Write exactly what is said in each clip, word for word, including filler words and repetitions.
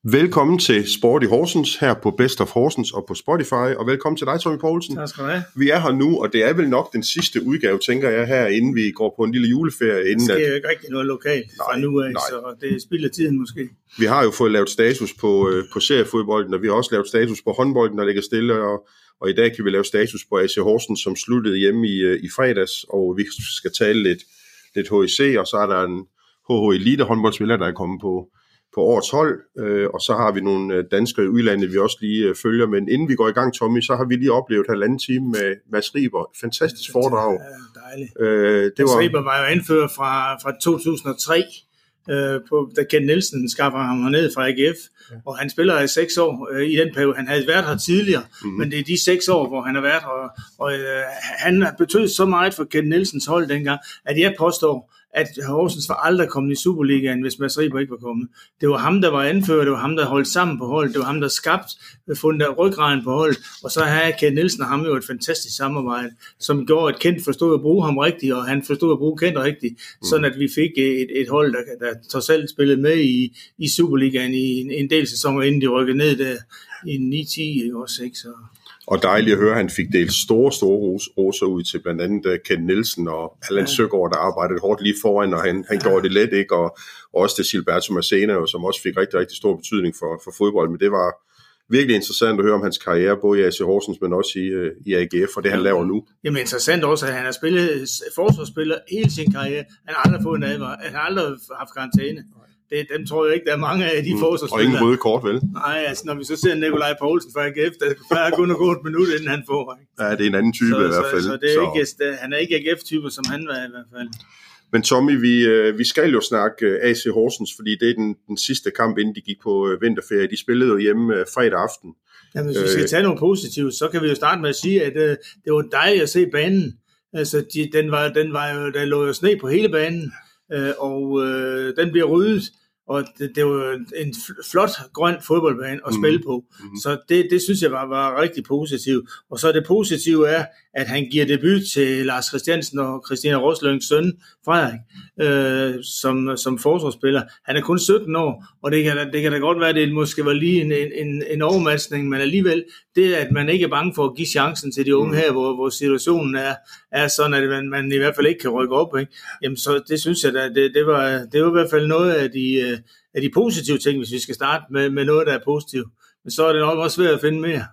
Velkommen til Sport i Horsens her på Best of Horsens og på Spotify, og velkommen til dig, Tommy Poulsen. Tak skal du have. Vi er her nu, og det er vel nok den sidste udgave, tænker jeg, her, inden vi går på en lille juleferie. Inden der sker at... jo ikke rigtig noget lokalt nej, fra nu af, nej. Så det spilder tiden måske. Vi har jo fået lavet status på, øh, på seriefodbolden, og vi har også lavet status på håndbolden, der ligger stille, og, og i dag kan vi lave status på A C Horsens, som sluttede hjemme i, øh, i fredags, og vi skal tale lidt, lidt H I C, og så er der en H H Elite håndboldspiller, der er kommet på på årets hold, øh, og så har vi nogle danskere i udlandet, vi også lige øh, følger. Men inden vi går i gang, Tommy, så har vi lige oplevet halvanden time med Mads Riber. Fantastisk foredrag. Ja, dejligt. Øh, det Mads var... Riber var jo anfører fra, fra to tusind og tre, øh, på, da Ken Nielsen skaffer ham herned fra A G F, ja. Og han spiller i seks år øh, i den periode. Han havde været her tidligere, mm-hmm. men det er de seks år, hvor han har været her, og, og øh, han betød så meget for Ken Nielsens hold dengang, at jeg påstår, at Horsens var aldrig kommet i Superligaen, hvis Mads Riber ikke var kommet. Det var ham, der var anfører, det var ham, der holdt sammen på holdet, det var ham, der skabte, fundet ryggraden på holdet, og så havde Ken Nielsen og ham jo et fantastisk samarbejde, som gjorde, at Kent forstod at bruge ham rigtigt, og han forstod at bruge Kent rigtigt, mm. sådan at vi fik et, et hold, der, der trods alt spillede med i, i Superligaen i en, en del sæsoner, inden de rykkede ned der i ni ti og seks. Og Og dejligt at høre, at han fik delt store, store roser ud til blandt andet Ken Nielsen og Allan ja. Søgaard, der arbejdede hårdt lige foran, og han, han ja. gjorde det let, ikke? Og, og også til Gilberto Macena, som også fik rigtig, rigtig stor betydning for, for fodbold. Men det var virkelig interessant at høre om hans karriere, både i A C Horsens, men også i, i A G F, og det han laver nu. Jamen interessant også, at han har spillet forsvarsspiller hele sin karriere. Han har aldrig fået en advar. Han har aldrig haft karantæne. Det, dem tror jeg ikke, der er mange af de mm. forsvarsspillere. Og ingen røde kort, vel? Nej, altså når vi så ser Nikolaj Poulsen fra A G F, der er kun at gå et minut, inden han får. Ikke? Ja, det er en anden type så, i hvert fald. Så, så det er så. Ikke, han er ikke A G F-typer, som han var i hvert fald. Men Tommy, vi, vi skal jo snakke A C Horsens, fordi det er den, den sidste kamp, inden de gik på vinterferie. De spillede jo hjemme fredag aften. Jamen, hvis vi skal tage noget positivt, så kan vi jo starte med at sige, at uh, det var dejligt at se banen. Altså, de, den, var, den var jo, der lå jo sne på hele banen, uh, og uh, den bliver ryddet. Og det, det var en flot grøn fodboldbane at spille på. Mm-hmm. Så det, det synes jeg var, var rigtig positivt. Og så det positive er, at han giver debut til Lars Christiansen og Christina Roslungs søn, Frederik, øh, som, som forsvarsspiller. Han er kun sytten år, og det kan, det kan da godt være, at det måske var lige en, en, en overmatchning, men alligevel, det at man ikke er bange for at give chancen til de unge her, hvor, hvor situationen er, er sådan, at man, man i hvert fald ikke kan rykke op, ikke? Jamen, så det synes jeg da, det, det, var, det var i hvert fald noget af de, af de positive ting, hvis vi skal starte med, med noget, der er positivt. Men så er det nok også svært at finde mere.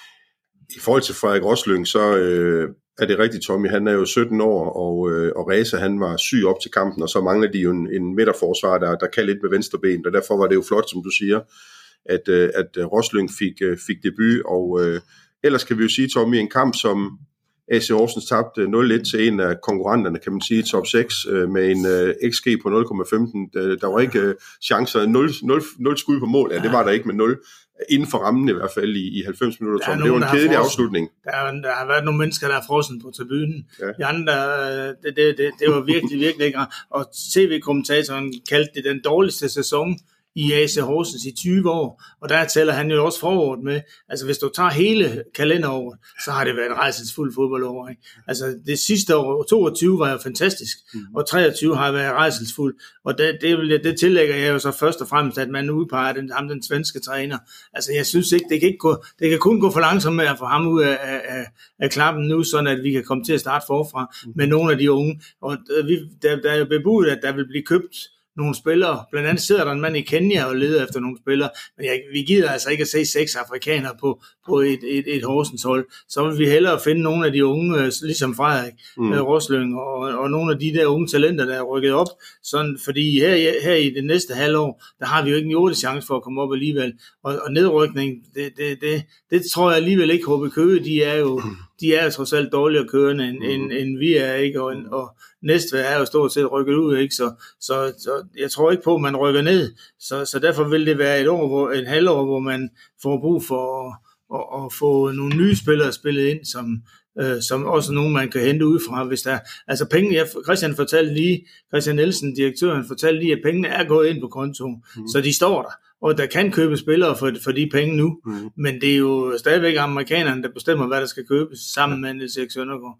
I forhold til Frederik Roslung, så øh, er det rigtigt, Tommy. Han er jo sytten år, og, øh, og Reza, han var syg op til kampen, og så mangler de jo en, en midterforsvar, der, der kan lidt med venstre ben, og derfor var det jo flot, som du siger, at, øh, at Roslung fik, øh, fik debut, og øh, ellers kan vi jo sige, Tommy, en kamp, som A C Horsens tabte nul et til en af konkurrenterne, kan man sige, top seks, øh, med en øh, X G på nul komma femten. Der, der var ikke øh, chancer, nul skud på mål, ja, det var der ikke, med nul inden for rammen i hvert fald i, i halvfems minutter, Tom. Det var en kedelig afslutning. Der, der har været nogle mennesker, der er frossen på tribunen. Ja. De andre, det, det, det, det var virkelig, virkelig ikke. Og T V-kommentatoren kaldte det den dårligste sæson i A C Horsens i tyve år, og der tæller han jo også foråret med. Altså hvis du tager hele kalenderåret, så har det været en rejselsfuld fodboldår, ikke? Altså det sidste år, toogtyve var jo fantastisk, mm. og treogtyve har været rejselsfuld, og det, det, det tillægger jeg jo så først og fremmest, at man udpeger den, ham den svenske træner. Altså jeg synes ikke, det kan, ikke gå, det kan kun gå for langsomt med at få ham ud af, af, af klappen nu, sådan at vi kan komme til at starte forfra mm. med nogle af de unge, og vi, der, der er jo bebudet, at der vil blive købt nogle spillere. Blandt andet sidder der en mand i Kenya og leder efter nogle spillere, men jeg, vi gider altså ikke at se seks afrikanere på, på et, et, et Horsens hold. Så vil vi hellere finde nogle af de unge, ligesom Frederik mm. Rosløng, og, og nogle af de der unge talenter, der er rykket op, sådan, fordi her, her i det næste halvår, der har vi jo ikke en otte chance for at komme op alligevel. Og, og nedrykning, det, det, det, det tror jeg alligevel ikke. H B Køge, de er jo de er trods alt dårligere kørende, end, mm. end, end vi er, ikke? Og, og Næstved er jo stort set rykket ud, ikke? Så, så, så jeg tror ikke på, at man rykker ned. Så, så derfor vil det være et år, hvor, et halvår, hvor man får brug for at, at, at få nogle nye spillere spillet ind, som, øh, som også nogen, man kan hente udefra, hvis der altså penge. Jeg, Christian fortalte lige, Christian Nielsen, direktøren, fortalte lige, at pengene er gået ind på kontoen, mm. så de står der. Og der kan købe spillere for, for de penge nu, mm. men det er jo stadigvæk amerikanerne, der bestemmer, hvad der skal købes, sammen med Niels Erik Søndergaard.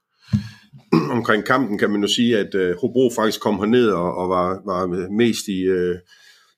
Omkring kampen kan man jo sige, at uh, Hobro faktisk kom herned og, og var, var mest i, uh, i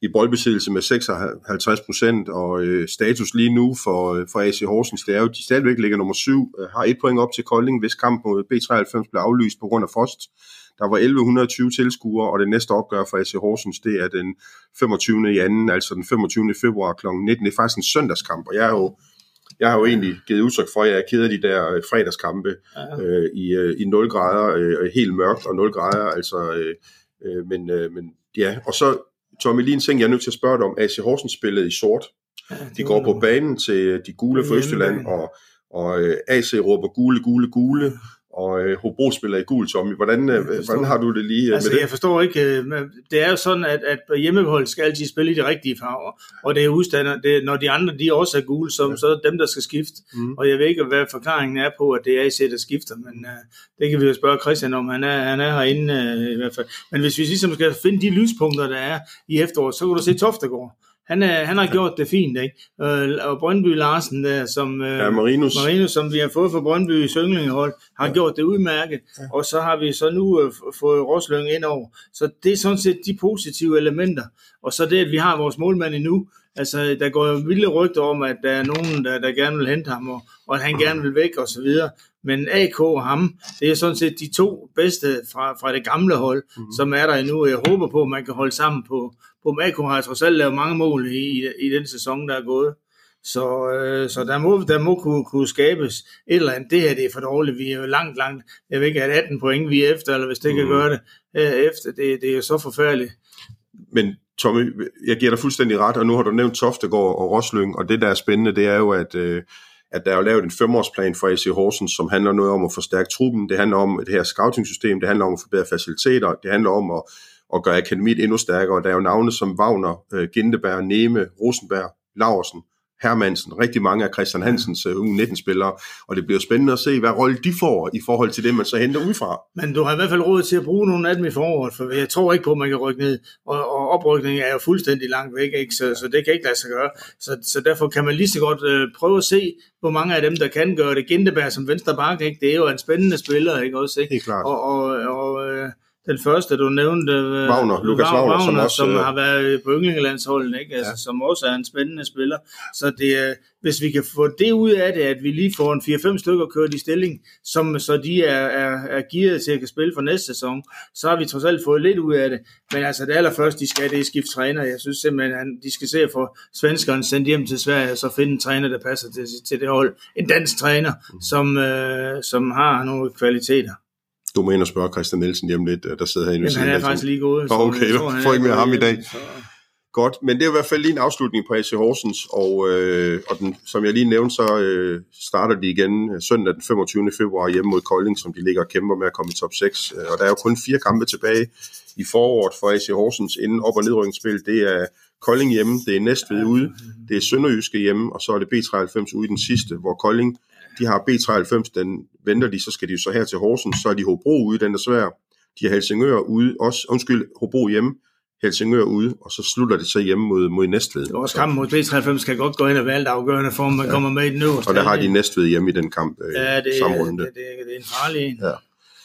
i boldbesiddelse med seksoghalvtreds procent, og øh, status lige nu for, for A C Horsens, det er jo, de stadigvæk ligger nummer syv, øh, har et point op til Kolding, hvis kampen mod B treoghalvfems blev aflyst på grund af frost. Der var elleve tyve tilskuere, og det næste opgør for A C Horsens, det er den femogtyvende i anden, altså den femogtyvende februar klokken nitten. Det er faktisk en søndagskamp, og jeg har jo, jeg har jo egentlig givet udtryk for, at jeg er ked af de der fredagskampe ja. øh, i, øh, i nul grader, øh, helt mørkt og nul grader, altså, øh, øh, men, øh, men ja, og så Tommy, lige en ting, jeg er nødt til at spørge dig om. A C Horsens spillede i sort. Ja, de går på banen til de gule for Østjylland, og, og A C råber gule, gule, gule, og Hobro spiller i gul, Tommy. Hvordan, hvordan har du det lige altså, med det? Jeg forstår ikke. Det er jo sådan, at, at hjemmehold skal altid spille i de rigtige farver, og det er udstander, det, når de andre de også er gule, så, ja. så er det dem, der skal skifte. Mm. Og jeg ved ikke, hvad forklaringen er på, at det er A C, der skifter, men uh, det kan vi jo spørge Christian om. Han er, han er herinde uh, i hvert fald. Men hvis vi ligesom skal finde de lyspunkter, der er i efteråret, så kan du se Toftegård. Han, er, han har gjort det fint, ikke? Øh, og Brøndby Larsen, der, som, øh, ja, Marinus. Marinus, som vi har fået fra Brøndby i Sønglingehold, har ja. gjort det udmærket. Ja. Og så har vi så nu øh, fået Rosløng ind over. Så det er sådan set de positive elementer. Og så det, at vi har vores målmand endnu. Altså, der går jo vilde rygter om, at der er nogen, der, der gerne vil hente ham, og, og at han gerne vil væk, og så videre. Men A K og ham, det er sådan set de to bedste fra, fra det gamle hold, mm-hmm. som er der endnu. Jeg håber på, at man kan holde sammen på, på A K har trods alt lavet mange mål i, i, i den sæson, der er gået. Så, øh, så der må, der må kunne, kunne skabes et eller andet. Det her, det er for dårligt. Vi er jo langt, langt. Jeg ved ikke, at atten point vi er efter, eller hvis det mm. kan gøre det øh, efter. Det, det er jo så forfærdeligt. Men Tommy, jeg giver dig fuldstændig ret, og nu har du nævnt Toftegård og Rosløng, og det, der er spændende, det er jo, at, øh, at der er jo lavet en femårsplan for A C Horsens, som handler noget om at forstærke truppen. Det handler om det her scouting-system, det handler om at forbedre faciliteter, det handler om at, at gøre akademiet endnu stærkere. Der er jo navne som Wagner, øh, Gindeberg, Neme, Rosenberg, Laursen, Hermansen, rigtig mange af Christian Hansens uh, U nitten-spillere, og det bliver spændende at se, hvad rolle de får i forhold til det, man så henter udefra. Men du har i hvert fald råd til at bruge nogle af dem i foråret, for jeg tror ikke på, at man kan rykke ned, og, og oprykningen er jo fuldstændig langt væk, ikke? Så, så det kan ikke lade sig gøre. Så, så derfor kan man lige så godt øh, prøve at se, hvor mange af dem, der kan gøre det. Gindeberg som venstre back, ikke? Det er jo en spændende spiller, ikke også? Ikke? Det er klart. Og, og, og øh, den første, du nævnte, øh, Wagner, Lukas Wagner, Wagner, som, også, som øh... har været på yndlingelandsholdet, ikke? Altså, ja. Som også er en spændende spiller. Så det, øh, hvis vi kan få det ud af det, at vi lige får en fire fem stykker kørt i stilling, som, så de er, er, er gearet til at kan spille for næste sæson, så har vi trods alt fået lidt ud af det. Men altså det allerførste, de skal, det er skifte træner. Jeg synes simpelthen, at de skal se at få svenskeren sendt hjem til Sverige, og så finde en træner, der passer til, til det hold. En dansk træner, mm. som, øh, som har nogle kvaliteter. Du må ind og spørge Christian Nielsen hjem lidt, der sidder herinde. Jamen, han er faktisk lige gået. Oh, okay, du får ikke mere ham i dag. Så... Godt, men det er i hvert fald lige en afslutning på A C Horsens, og, øh, og den, som jeg lige nævnte, så øh, starter de igen søndag den femogtyvende februar hjemme mod Kolding, som de ligger og kæmper med at komme i top seks. Og der er jo kun fire kampe tilbage i foråret for A C Horsens inden op- og nedrykningsspil. Det er Kolding hjemme, det er Næstved ude, det er Sønderjyske hjemme, og så er det B treoghalvfems ude i den sidste, hvor Kolding, de har B treoghalvfems, den venter de, så skal de jo så her til Horsens, så er de Hobro ude, den er svær. De har Helsingør ude, også, undskyld, Hobro hjemme, Helsingør ude, og så slutter det så hjemme mod, mod Næstved. Vores kamp mod B treoghalvfems kan godt gå ind og være alt afgørende for, om man ja. kommer med i den øverste. Og der har de Næstved hjemme i den kamp øh, ja, det, samme runde. Det, det, det er en farlig en. Ja.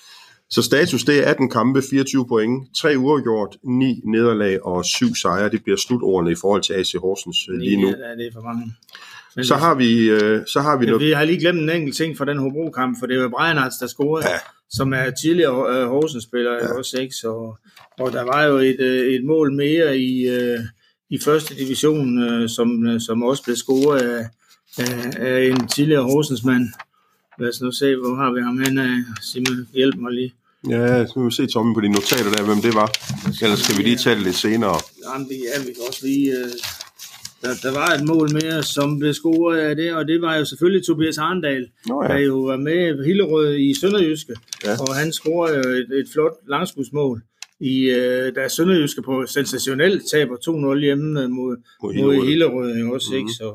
Så status, det er atten kampe, fireogtyve point, tre uafgjort, ni nederlag og syv sejre. Det bliver slutordene i forhold til A C Horsens øh, lige nu. Ja, det er for mange. Men så har vi, øh, så har vi ja, noget... Vi har lige glemt en enkelt ting fra den Hobro-kamp, for det var Breinarts, der scorede, ja. som er tidligere øh, Horsens-spiller, ja. også, ikke? Så, og der var jo et, øh, et mål mere i, øh, i første division, øh, som, som også blev scoret af, af, af en tidligere Horsens-mand. Lad os nu se, hvor har vi ham hen? Simon, hjælp mig lige. Ja, så må vi se, Tommy, på dine notater der, hvem det var. Ellers skal vi lige tage det lidt senere. Jamen, ja, vi kan også lige... Øh, der, der var et mål mere, som blev scoret af det, og det var jo selvfølgelig Tobias Arndal, Nå, ja. der jo var med på Hillerød i Sønderjyske, ja. og han scorede jo et, et flot langskudsmål, i, øh, der er Sønderjyske på sensationelt taber to nul hjemme mod, mod Hillerød, mod Hillerød også, mm-hmm. ikke? Så,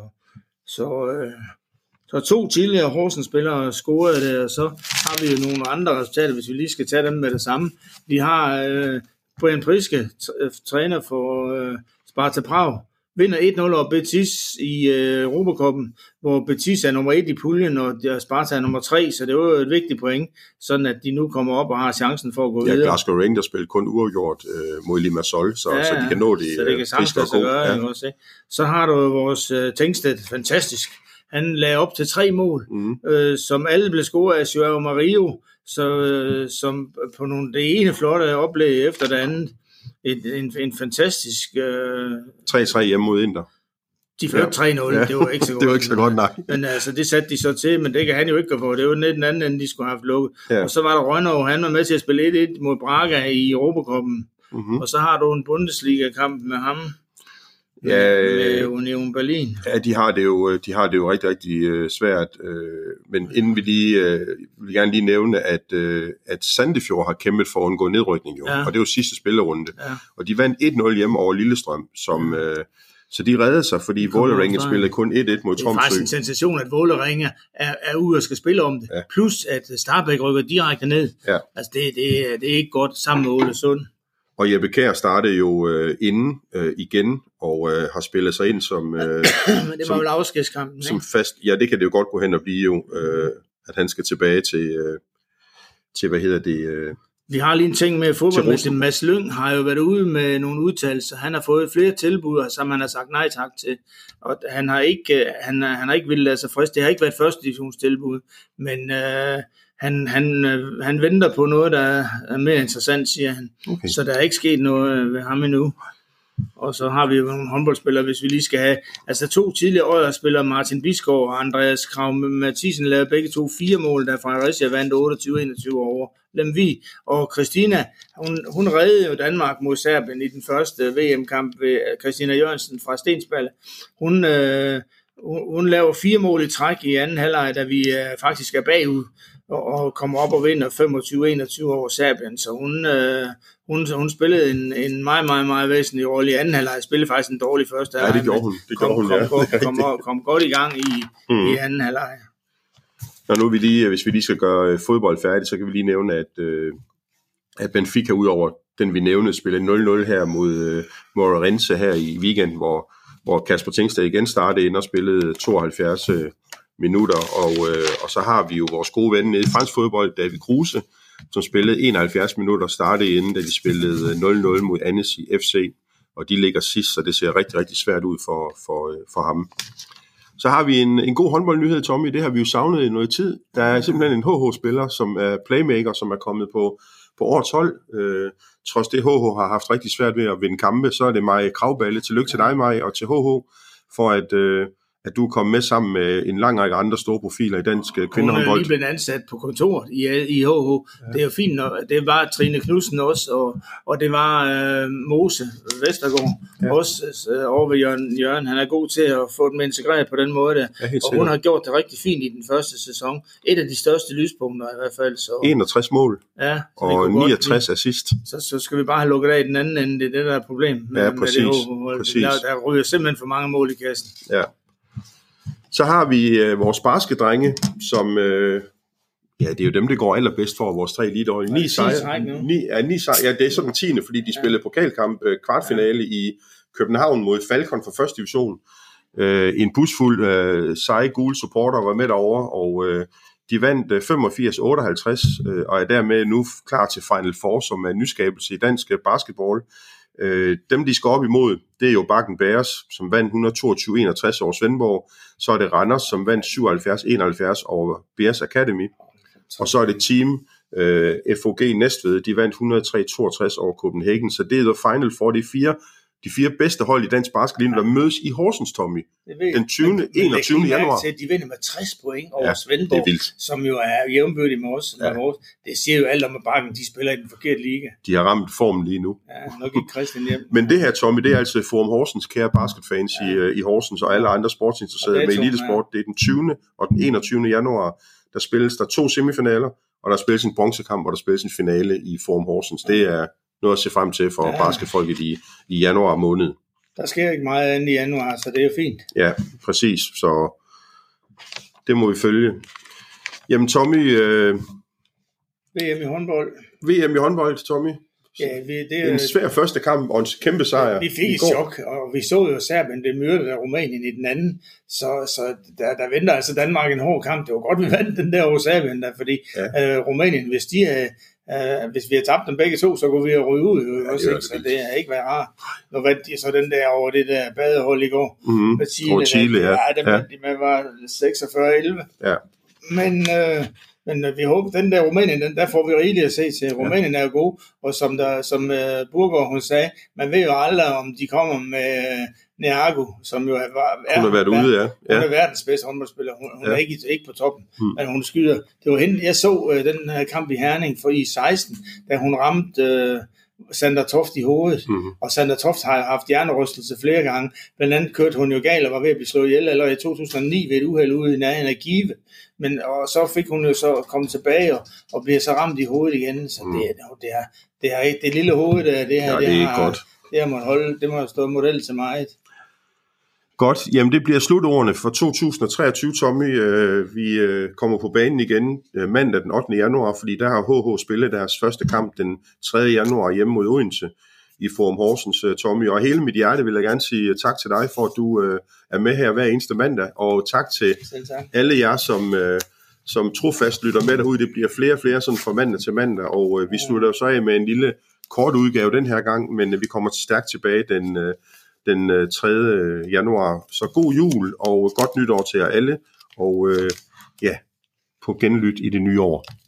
så, øh, så to tidligere Horsens-spillere scorede det, og så har vi jo nogle andre resultater, hvis vi lige skal tage dem med det samme. Vi har øh, Brian Priske, t- træner for øh, Sparta Prag, vinder et nul over Betis i øh, Europacuppen, hvor Betis er nummer et i puljen, og Sparta er nummer tre, så det var jo et vigtigt point, sådan at de nu kommer op og har chancen for at gå ja, videre. Ja, Glasgow Rangers spillede kun uafgjort øh, mod Limassol, så, ja, så de kan nå det. Så det kan sagtens lade sig gøre, ja. Også, ikke? Så har du vores øh, Tengsted, fantastisk. Han lagde op til tre mål, mm. øh, som alle blev scoret af Joao Mario, så, øh, som på nogle, det ene flotte oplæg efter det andet. En, en, en fantastisk... Øh, tre tre hjemme mod Inter. De førte ja. tre nul, ja. Det var ikke så godt. Det var ikke så godt, nej. Men altså, det satte de så til, men det kan han jo ikke gå på. Det var net den anden, end de skulle have haft lukket. Ja. Og så var der Rønnow, han var med til at spille et et mod Braga i Europacuppen. Mm-hmm. Og så har du en Bundesliga-kamp med ham. Ja, med Union Berlin. Ja, de har det jo, de har det jo rigtig, rigtig uh, svært. Uh, men inden vi lige, uh, vil gerne lige nævne, at, uh, at Sandefjord har kæmpet for at undgå nedrykning, jo. Ja. Og det er jo sidste spillerunde. Ja. Og de vandt et nul hjemme over Lillestrøm, som... Uh, så de reddede sig, fordi Vålerenga spillede kun et et mod Tromsø. Det er faktisk en sensation, at Vålerenga er, er ude og skal spille om det. Ja. Plus at Starbæk rykker direkte ned. Ja. Altså det, det, det er ikke godt sammen med Ålesund. Og Jeppe Kjær startede jo øh, inden øh, igen, og øh, har spillet sig ind som... Øh, Men det var jo afskedskampen, som fast. Ja, det kan det jo godt gå hen og blive jo, øh, at han skal tilbage til, øh, til hvad hedder det... Øh, Vi har lige en ting med fodboldmæssigt. Mads Lyng har jo været ude med nogle udtalelser. Han har fået flere tilbud, som han har sagt nej tak til. Og han har ikke, han, han har ikke ville lade sig friste. Det har ikke været første divisionstilbud, men øh, han, han, øh, han venter på noget, der er mere interessant, siger han. Okay. Så der er ikke sket noget ved ham endnu. Og så har vi jo nogle håndboldspillere, hvis vi lige skal have... Altså to tidligere Odder-spillere, Martin Bisgaard og Andreas Krav Mathisen, lavede begge to fire mål, der Fredericia vandt otteogtyve enogtyve over Lemvig. Og Christina, hun, hun reddede jo Danmark mod Serbien i den første V M-kamp ved Christina Jørgensen fra Stensballe. Hun, øh, hun, hun laver fire mål i træk i anden halvleg, da vi øh, faktisk er bagud, og, og kommer op og vinder femogtyve enogtyve over Serbien. Så hun... Øh, Hun, hun spillede en, en meget, meget, meget væsentlig rolle i anden halvleg. Spillede faktisk en dårlig første halvleg. Ja, det gjorde hun. Det gjorde kom, hun, ja. Kom, kom, kom, kom godt i gang i, mm. i anden halvleg. Når nu vi lige, hvis vi lige skal gøre fodbold færdigt, så kan vi lige nævne, at, at Benfica udover den vi nævnte, spillede nul nul her mod Moreirense her i weekenden, hvor, hvor Kasper Tengsted igen startede ind og spillede tooghalvfjerds minutter. Og, og så har vi jo vores gode ven nede i fransk fodbold, David Kruse, som spillede enoghalvfjerds minutter, startede inden, da de spillede nul nul mod Annecy F C, og de ligger sidst, så det ser rigtig, rigtig svært ud for, for, for ham. Så har vi en, en god håndboldnyhed, Tommy, det har vi jo savnet i noget tid. Der er simpelthen en H H-spiller, som er playmaker, som er kommet på, på årets hold. Øh, trods det H H har haft rigtig svært ved at vinde kampe, så er det Maja Kravballe. Tillykke til dig, Maja, og til H H, for at... Øh, at du er kommet med sammen med en lang række andre store profiler i dansk kvindehåndbold. Hun er lige blevet ansat på kontoret i, i H H. Ja. Det er jo fint, og det var Trine Knudsen også, og, og det var øh, Mose Vestergaard ja. også øh, over ved Jørgen. Jørgen. Han er god til at få dem integreret på den måde der. Ja, og hun har gjort det rigtig fint i den første sæson. Et af de største lyspunkter i hvert fald. Så, enogtres mål ja, og niogtres assist. Så, så skal vi bare have lukket af i den anden ende. Det er det, der er et problem med, ja, præcis, med det H H. præcis. Der, der ryger simpelthen for mange mål i kassen. Ja. Så har vi øh, vores baskedrenge, som, øh, ja, det er jo dem, det går allerbedst for, vores tre elitehold. Ni sejre, ni, ja, ni sejre, ja, det er sådan tiende, fordi de spillede pokalkamp, øh, kvartfinale ja. i København mod Falcon for første division. Øh, en busfuld øh, seje gule supporter var med derovre, og øh, de vandt øh, femogfirs otteoghalvtreds, øh, og er dermed nu klar til Final Four, som er en nyskabelse i dansk basketball. Øh, dem, de skal op imod, det er jo Bakken Bears, som vandt et hundrede og toogtyve enogtres over Svendborg. Så er det Randers, som vandt syvoghalvfjerds enoghalvfjerds over Bears Academy. Og så er det Team øh, F O G Næstved, de vandt et hundrede og tre toogtres over Copenhagen. Så det er the final for de fire, de fire bedste hold i dansk basket, ja. Der mødes i Horsens, Tommy, den tyvende, enogtyvende januar. Til, de vinder med tres point over ja, Svendborg, som jo er jævnbyrdig med os. Ja. Det siger jo alt om, at Bakken de spiller i den forkerte liga. De har ramt formen lige nu. Ja, nok ikke Christian hjem. Men det her, Tommy, det er altså Forum Horsens kære basketfans ja. i, i Horsens, og alle andre sportsinteresserede med elitesport. Det er den tyvende og den enogtyvende januar. Der spilles der to semifinaler, og der spilles en bronzekamp, og der spilles en finale i Forum Horsens. Det er noget at se frem til for ja. basketfolket i, i januar måned. Der sker ikke meget andet i januar, så det er jo fint. Ja, præcis. Så det må vi følge. Jamen Tommy... Øh, V M i håndbold. V M i håndbold, Tommy. Ja, vi, det, en svær første kamp og en kæmpe sejr. Vi fik et chok, og vi så jo Serbien det mødte af Rumænien i den anden, så, så der, der venter altså Danmark en hård kamp. Det var godt, vi vandt den der over Serbien, der, fordi ja. øh, Rumænien, hvis de havde, øh, hvis vi havde tabt dem begge to, så kunne vi have ryge ud, jo, ja, også, det så det er ikke været rart. Nu vandt de så den der over det der badehold i går. Mm-hmm. Med Chile, over Chile, ja. Ja, det vandt de med var seksogfyrre elleve. Ja. Men... Øh, Men vi håber, den der Rumænien, den, der får vi rigeligt at se til. Rumænien er jo god, og som, der, som uh, Burger, hun sagde, man ved jo aldrig, om de kommer med uh, Neago, som jo er, er, hun har været er, ude, ja. Hun er verdens bedste håndboldspiller. Hun, hun ja. er ikke, ikke på toppen, hmm. men hun skyder. Det var hende, jeg så uh, den her kamp i Herning for i seksten, da hun ramte uh, Sander Toft i hovedet, mm-hmm. og Sander Toft har haft hjernerystelse flere gange. Blandt andet kørte hun jo galt og var ved at blive slået ihjel, eller i to tusind og ni ved et uheld ude i nærheden af Give. Men og så fik hun jo så kommet tilbage og, og bliver så ramt i hovedet igen. Så mm. det, det, er, det, er, det lille hoved, det, det her, ja, det, det er har, godt. Det har man holde, det må have stået model til meget. Godt, jamen det bliver slutordene for to tusind og treogtyve, Tommy. Vi kommer på banen igen mandag den ottende januar, fordi der har H H spillet deres første kamp den tredje januar hjemme mod Odense i Forum Horsens, Tommy. Og hele mit hjerte vil jeg gerne sige tak til dig, for at du er med her hver eneste mandag, og tak til tak. alle jer, som, som trofast lytter med derude. Det bliver flere og flere sådan fra mandag til mandag, og vi slutter så af med en lille kort udgave den her gang, men vi kommer stærkt tilbage den den tredje januar. Så god jul og godt nytår til jer alle, og øh, ja, på genlyt i det nye år.